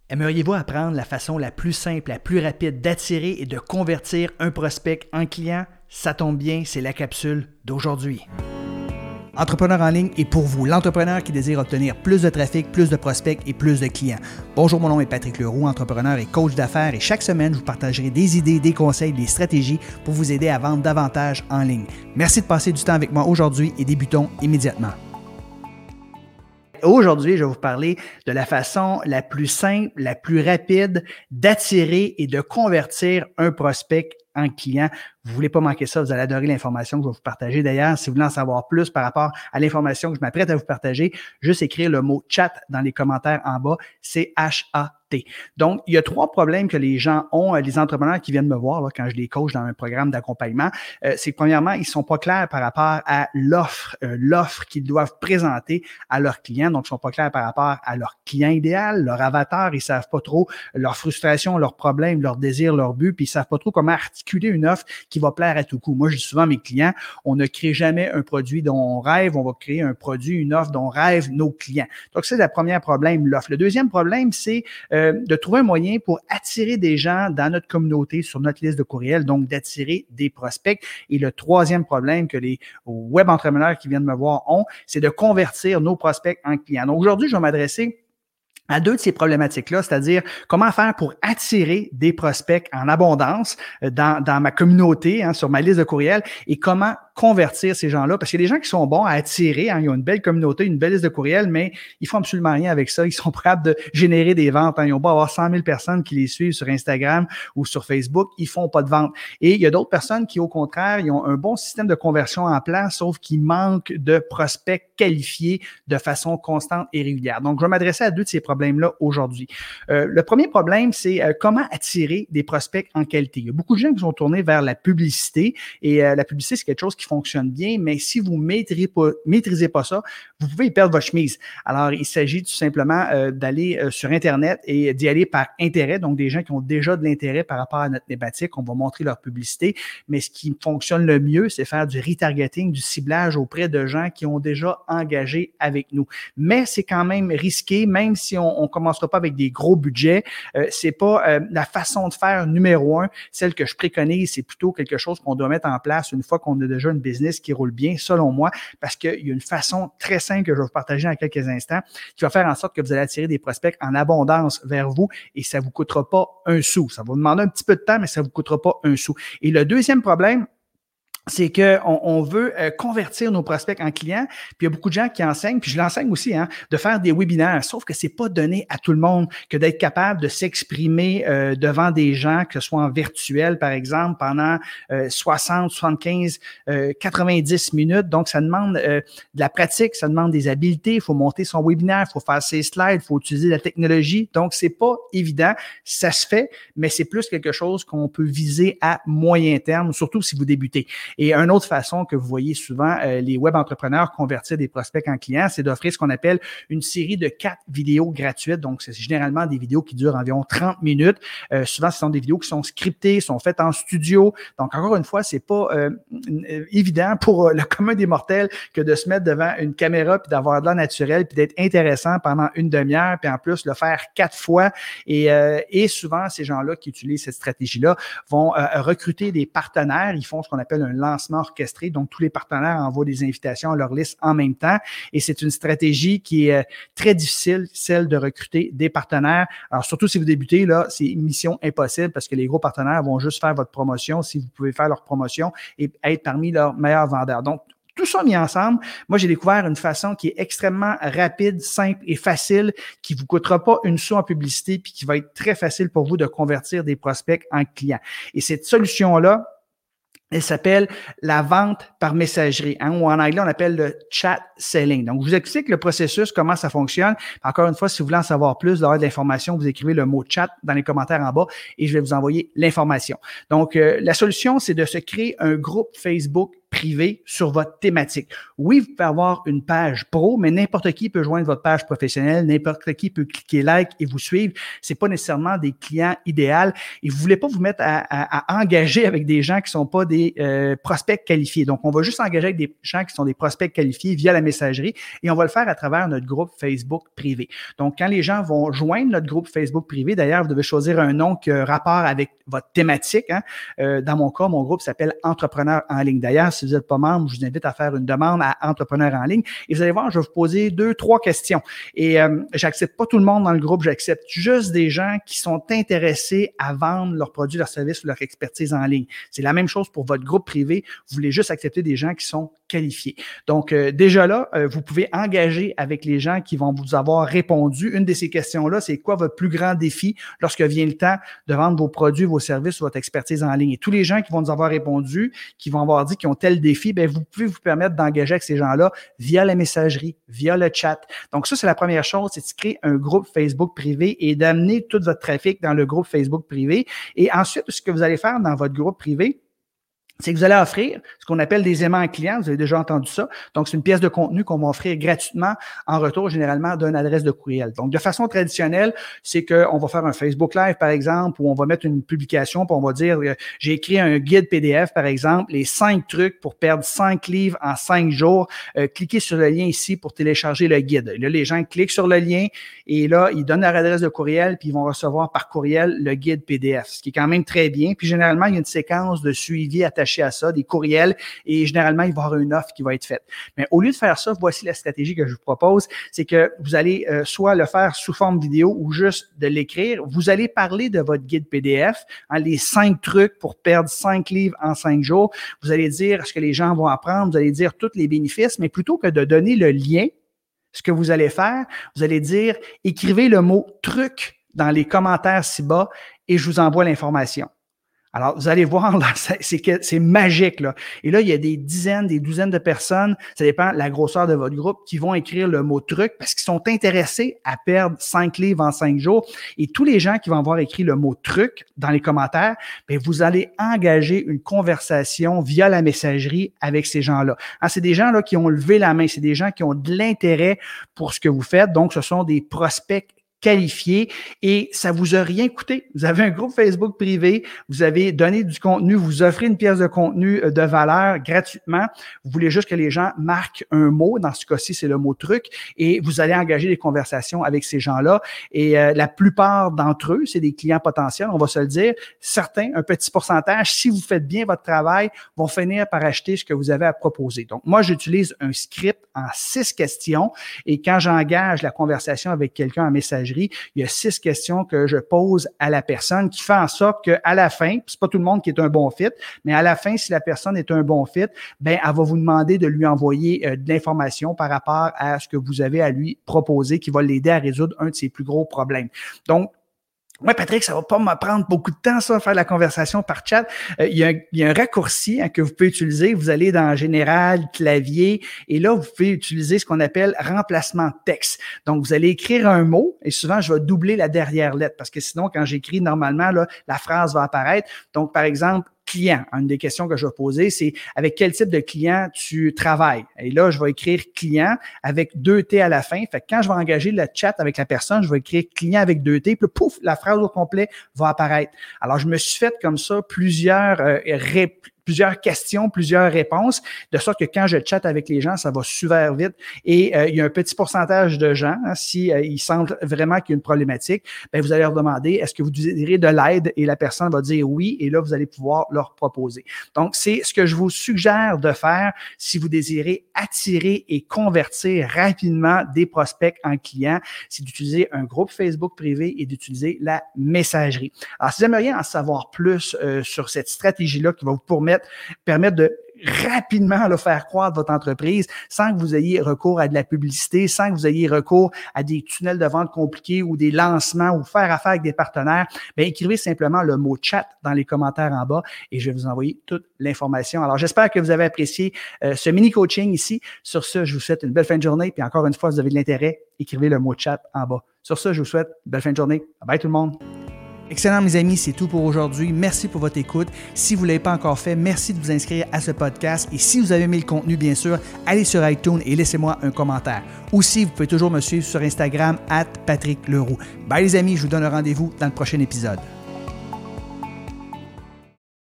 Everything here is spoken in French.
Aimeriez-vous apprendre la façon la plus simple, la plus rapide d'attirer et de convertir un prospect en client? Ça tombe bien, c'est la capsule d'aujourd'hui. Entrepreneur en ligne est pour vous, l'entrepreneur qui désire obtenir plus de trafic, plus de prospects et plus de clients. Bonjour, mon nom est Patrick Leroux, entrepreneur et coach d'affaires et chaque semaine, je vous partagerai des idées, des conseils, des stratégies pour vous aider à vendre davantage en ligne. Merci de passer du temps avec moi aujourd'hui et débutons immédiatement. Aujourd'hui, je vais vous parler de la façon la plus simple, la plus rapide d'attirer et de convertir un prospect en client. Vous ne voulez pas manquer ça, vous allez adorer l'information que je vais vous partager. D'ailleurs, si vous voulez en savoir plus par rapport à l'information que je m'apprête à vous partager, juste écrire le mot « chat » dans les commentaires en bas, C-H-A-T. Donc, il y a 3 problèmes que les gens ont, les entrepreneurs qui viennent me voir là, quand je les coach dans un programme d'accompagnement. C'est que premièrement, ils ne sont pas clairs par rapport à l'offre qu'ils doivent présenter à leurs clients. Donc, ils ne sont pas clairs par rapport à leur client idéal, leur avatar. Ils ne savent pas trop leur frustration, leurs problèmes, leurs désirs, leurs buts, puis ils ne savent pas trop comment articuler une offre qui va plaire à tout coup. Moi, je dis souvent à mes clients, on ne crée jamais un produit dont on rêve, on va créer un produit, une offre dont rêvent nos clients. Donc, c'est le premier problème, l'offre. Le deuxième problème, c'est de trouver un moyen pour attirer des gens dans notre communauté, sur notre liste de courriels, donc d'attirer des prospects. Et le troisième problème que les web entrepreneurs qui viennent me voir ont, c'est de convertir nos prospects en clients. Donc, aujourd'hui, je vais m'adresser à 2 de ces problématiques-là, c'est-à-dire comment faire pour attirer des prospects en abondance dans ma communauté, sur ma liste de courriels, et comment convertir ces gens-là, parce qu'il y a des gens qui sont bons à attirer, ils ont une belle communauté, une belle liste de courriels, mais ils font absolument rien avec ça. Ils sont prêts de générer des ventes. Ils n'ont pas avoir 100 000 personnes qui les suivent sur Instagram ou sur Facebook. Ils font pas de ventes. Et il y a d'autres personnes qui, au contraire, ils ont un bon système de conversion en place, sauf qu'ils manquent de prospects qualifiés de façon constante et régulière. Donc, je vais m'adresser à 2 de ces problèmes-là aujourd'hui. Le premier problème, c'est comment attirer des prospects en qualité. Il y a beaucoup de gens qui sont tournés vers la publicité et la publicité, c'est quelque chose qui fonctionne bien, mais si vous ne maîtrisez pas ça, vous pouvez y perdre votre chemise. Alors, il s'agit tout simplement d'aller sur Internet et d'y aller par intérêt, donc des gens qui ont déjà de l'intérêt par rapport à notre thématique, on va montrer leur publicité, mais ce qui fonctionne le mieux, c'est faire du retargeting, du ciblage auprès de gens qui ont déjà engagé avec nous. Mais c'est quand même risqué, même si on ne commencera pas avec des gros budgets, c'est pas la façon de faire numéro 1, celle que je préconise, c'est plutôt quelque chose qu'on doit mettre en place une fois qu'on a déjà une business qui roule bien, selon moi, parce qu'il y a une façon très simple que je vais vous partager dans quelques instants qui va faire en sorte que vous allez attirer des prospects en abondance vers vous et ça ne vous coûtera pas un sou. Ça va vous demander un petit peu de temps, mais ça ne vous coûtera pas un sou. Et le deuxième problème, c'est qu'on veut convertir nos prospects en clients, puis il y a beaucoup de gens qui enseignent, puis je l'enseigne aussi, de faire des webinaires, sauf que c'est pas donné à tout le monde que d'être capable de s'exprimer devant des gens, que ce soit en virtuel, par exemple, pendant 60, 75, 90 minutes. Donc, ça demande de la pratique, ça demande des habiletés, il faut monter son webinaire, il faut faire ses slides, il faut utiliser la technologie. Donc, c'est pas évident, ça se fait, mais c'est plus quelque chose qu'on peut viser à moyen terme, surtout si vous débutez. Et une autre façon que vous voyez souvent les web entrepreneurs convertir des prospects en clients, c'est d'offrir ce qu'on appelle une série de 4 vidéos gratuites. Donc, c'est généralement des vidéos qui durent environ 30 minutes. Souvent, ce sont des vidéos qui sont scriptées, sont faites en studio. Donc, encore une fois, c'est pas évident pour le commun des mortels que de se mettre devant une caméra puis d'avoir de l'air naturel puis d'être intéressant pendant une demi-heure puis en plus le faire 4 fois. Et souvent, ces gens-là qui utilisent cette stratégie-là vont recruter des partenaires. Ils font ce qu'on appelle un lancement orchestré. Donc, tous les partenaires envoient des invitations à leur liste en même temps. Et c'est une stratégie qui est très difficile, celle de recruter des partenaires. Alors, surtout si vous débutez, là, c'est une mission impossible parce que les gros partenaires vont juste faire votre promotion si vous pouvez faire leur promotion et être parmi leurs meilleurs vendeurs. Donc, tout ça mis ensemble, moi, j'ai découvert une façon qui est extrêmement rapide, simple et facile, qui ne vous coûtera pas une sou en publicité puis qui va être très facile pour vous de convertir des prospects en clients. Et cette solution-là, elle s'appelle la vente par messagerie, ou en anglais, on appelle le chat selling. Donc, je vous explique le processus, comment ça fonctionne. Encore une fois, si vous voulez en savoir plus, d'avoir de l'information, vous écrivez le mot chat dans les commentaires en bas et je vais vous envoyer l'information. Donc, la solution, c'est de se créer un groupe Facebook privé sur votre thématique. Oui, vous pouvez avoir une page pro, mais n'importe qui peut joindre votre page professionnelle, n'importe qui peut cliquer like et vous suivre. C'est pas nécessairement des clients idéaux et vous voulez pas vous mettre à engager avec des gens qui sont pas des prospects qualifiés. Donc, on va juste engager avec des gens qui sont des prospects qualifiés via la messagerie et on va le faire à travers notre groupe Facebook privé. Donc, quand les gens vont joindre notre groupe Facebook privé, d'ailleurs, vous devez choisir un nom qui a rapport avec votre thématique. Dans mon cas, mon groupe s'appelle Entrepreneurs en ligne. D'ailleurs, si vous n'êtes pas membre, je vous invite à faire une demande à Entrepreneurs en ligne. Et vous allez voir, je vais vous poser 2-3 questions. Et j'accepte pas tout le monde dans le groupe, j'accepte juste des gens qui sont intéressés à vendre leurs produits, leurs services ou leur expertise en ligne. C'est la même chose pour votre groupe privé. Vous voulez juste accepter des gens qui sont qualifiés. Donc, déjà là, vous pouvez engager avec les gens qui vont vous avoir répondu. Une de ces questions-là, c'est quoi votre plus grand défi lorsque vient le temps de vendre vos produits, vos services ou votre expertise en ligne? Et tous les gens qui vont nous avoir répondu, qui vont avoir dit qu'ils ont tel défi, bien, vous pouvez vous permettre d'engager avec ces gens-là via la messagerie, via le chat. Donc, ça, c'est la première chose, c'est de créer un groupe Facebook privé et d'amener tout votre trafic dans le groupe Facebook privé. Et ensuite, ce que vous allez faire dans votre groupe privé, c'est que vous allez offrir ce qu'on appelle des aimants clients. Vous avez déjà entendu ça. Donc, c'est une pièce de contenu qu'on va offrir gratuitement en retour, généralement, d'une adresse de courriel. Donc, de façon traditionnelle, c'est qu'on va faire un Facebook Live, par exemple, où on va mettre une publication, puis on va dire, j'ai écrit un guide PDF, par exemple, les 5 trucs pour perdre 5 livres en 5 jours. Cliquez sur le lien ici pour télécharger le guide. Et là, les gens cliquent sur le lien et là, ils donnent leur adresse de courriel, puis ils vont recevoir par courriel le guide PDF, ce qui est quand même très bien. Puis, généralement, il y a une séquence de suivi attachée à ça, des courriels, et généralement, il va y avoir une offre qui va être faite. Mais au lieu de faire ça, voici la stratégie que je vous propose, c'est que vous allez soit le faire sous forme vidéo ou juste de l'écrire. Vous allez parler de votre guide PDF, les 5 trucs pour perdre 5 livres en 5 jours. Vous allez dire ce que les gens vont apprendre, vous allez dire tous les bénéfices, mais plutôt que de donner le lien, ce que vous allez faire, vous allez dire, écrivez le mot « truc » dans les commentaires ci-bas et je vous envoie l'information. Alors, vous allez voir, là, c'est magique, là. Et là, il y a des dizaines, des douzaines de personnes, ça dépend de la grosseur de votre groupe, qui vont écrire le mot truc parce qu'ils sont intéressés à perdre 5 livres en 5 jours. Et tous les gens qui vont avoir écrit le mot truc dans les commentaires, bien, vous allez engager une conversation via la messagerie avec ces gens-là. C'est des gens là qui ont levé la main, c'est des gens qui ont de l'intérêt pour ce que vous faites. Donc, ce sont des prospects qualifié et ça vous a rien coûté. Vous avez un groupe Facebook privé, vous avez donné du contenu, vous offrez une pièce de contenu de valeur gratuitement. Vous voulez juste que les gens marquent un mot. Dans ce cas-ci, c'est le mot truc et vous allez engager des conversations avec ces gens-là. Et la plupart d'entre eux, c'est des clients potentiels, on va se le dire. Certains, un petit pourcentage, si vous faites bien votre travail, vont finir par acheter ce que vous avez à proposer. Donc, moi, j'utilise un script en 6 questions et quand j'engage la conversation avec quelqu'un en messagerie, il y a 6 questions que je pose à la personne qui fait en sorte qu'à la fin, c'est pas tout le monde qui est un bon fit, mais à la fin, si la personne est un bon fit, ben elle va vous demander de lui envoyer de l'information par rapport à ce que vous avez à lui proposer qui va l'aider à résoudre un de ses plus gros problèmes. Donc, ouais, Patrick, ça va pas me prendre beaucoup de temps, ça, faire la conversation par chat. Il y a un raccourci que vous pouvez utiliser. Vous allez dans Général, Clavier, et là, vous pouvez utiliser ce qu'on appelle remplacement texte. Donc, vous allez écrire un mot, et souvent, je vais doubler la dernière lettre, parce que sinon, quand j'écris normalement, là, la phrase va apparaître. Donc, par exemple, client. Une des questions que je vais poser, c'est avec quel type de client tu travailles? Et là, je vais écrire client avec 2 T à la fin. Fait que quand je vais engager le chat avec la personne, je vais écrire client avec 2 T, puis pouf, la phrase au complet va apparaître. Alors, je me suis fait comme ça plusieurs questions, plusieurs réponses, de sorte que quand je chatte avec les gens, ça va super vite. Et il y a un petit pourcentage de gens, si ils sentent vraiment qu'il y a une problématique, bien, vous allez leur demander, est-ce que vous désirez de l'aide? Et la personne va dire oui, et là, vous allez pouvoir leur proposer. Donc, c'est ce que je vous suggère de faire si vous désirez attirer et convertir rapidement des prospects en clients, c'est d'utiliser un groupe Facebook privé et d'utiliser la messagerie. Alors, si vous aimeriez en savoir plus sur cette stratégie-là qui va vous permettre de rapidement là, faire croître votre entreprise sans que vous ayez recours à de la publicité, sans que vous ayez recours à des tunnels de vente compliqués ou des lancements ou faire affaire avec des partenaires, bien, écrivez simplement le mot chat dans les commentaires en bas et je vais vous envoyer toute l'information. Alors, j'espère que vous avez apprécié ce mini-coaching ici. Sur ce, je vous souhaite une belle fin de journée. Puis encore une fois, si vous avez de l'intérêt, écrivez le mot chat en bas. Sur ce, je vous souhaite une belle fin de journée. Bye bye tout le monde. Excellent, mes amis, c'est tout pour aujourd'hui. Merci pour votre écoute. Si vous ne l'avez pas encore fait, merci de vous inscrire à ce podcast. Et si vous avez aimé le contenu, bien sûr, allez sur iTunes et laissez-moi un commentaire. Aussi, vous pouvez toujours me suivre sur Instagram @PatrickLeroux. Bye les amis, je vous donne un rendez-vous dans le prochain épisode.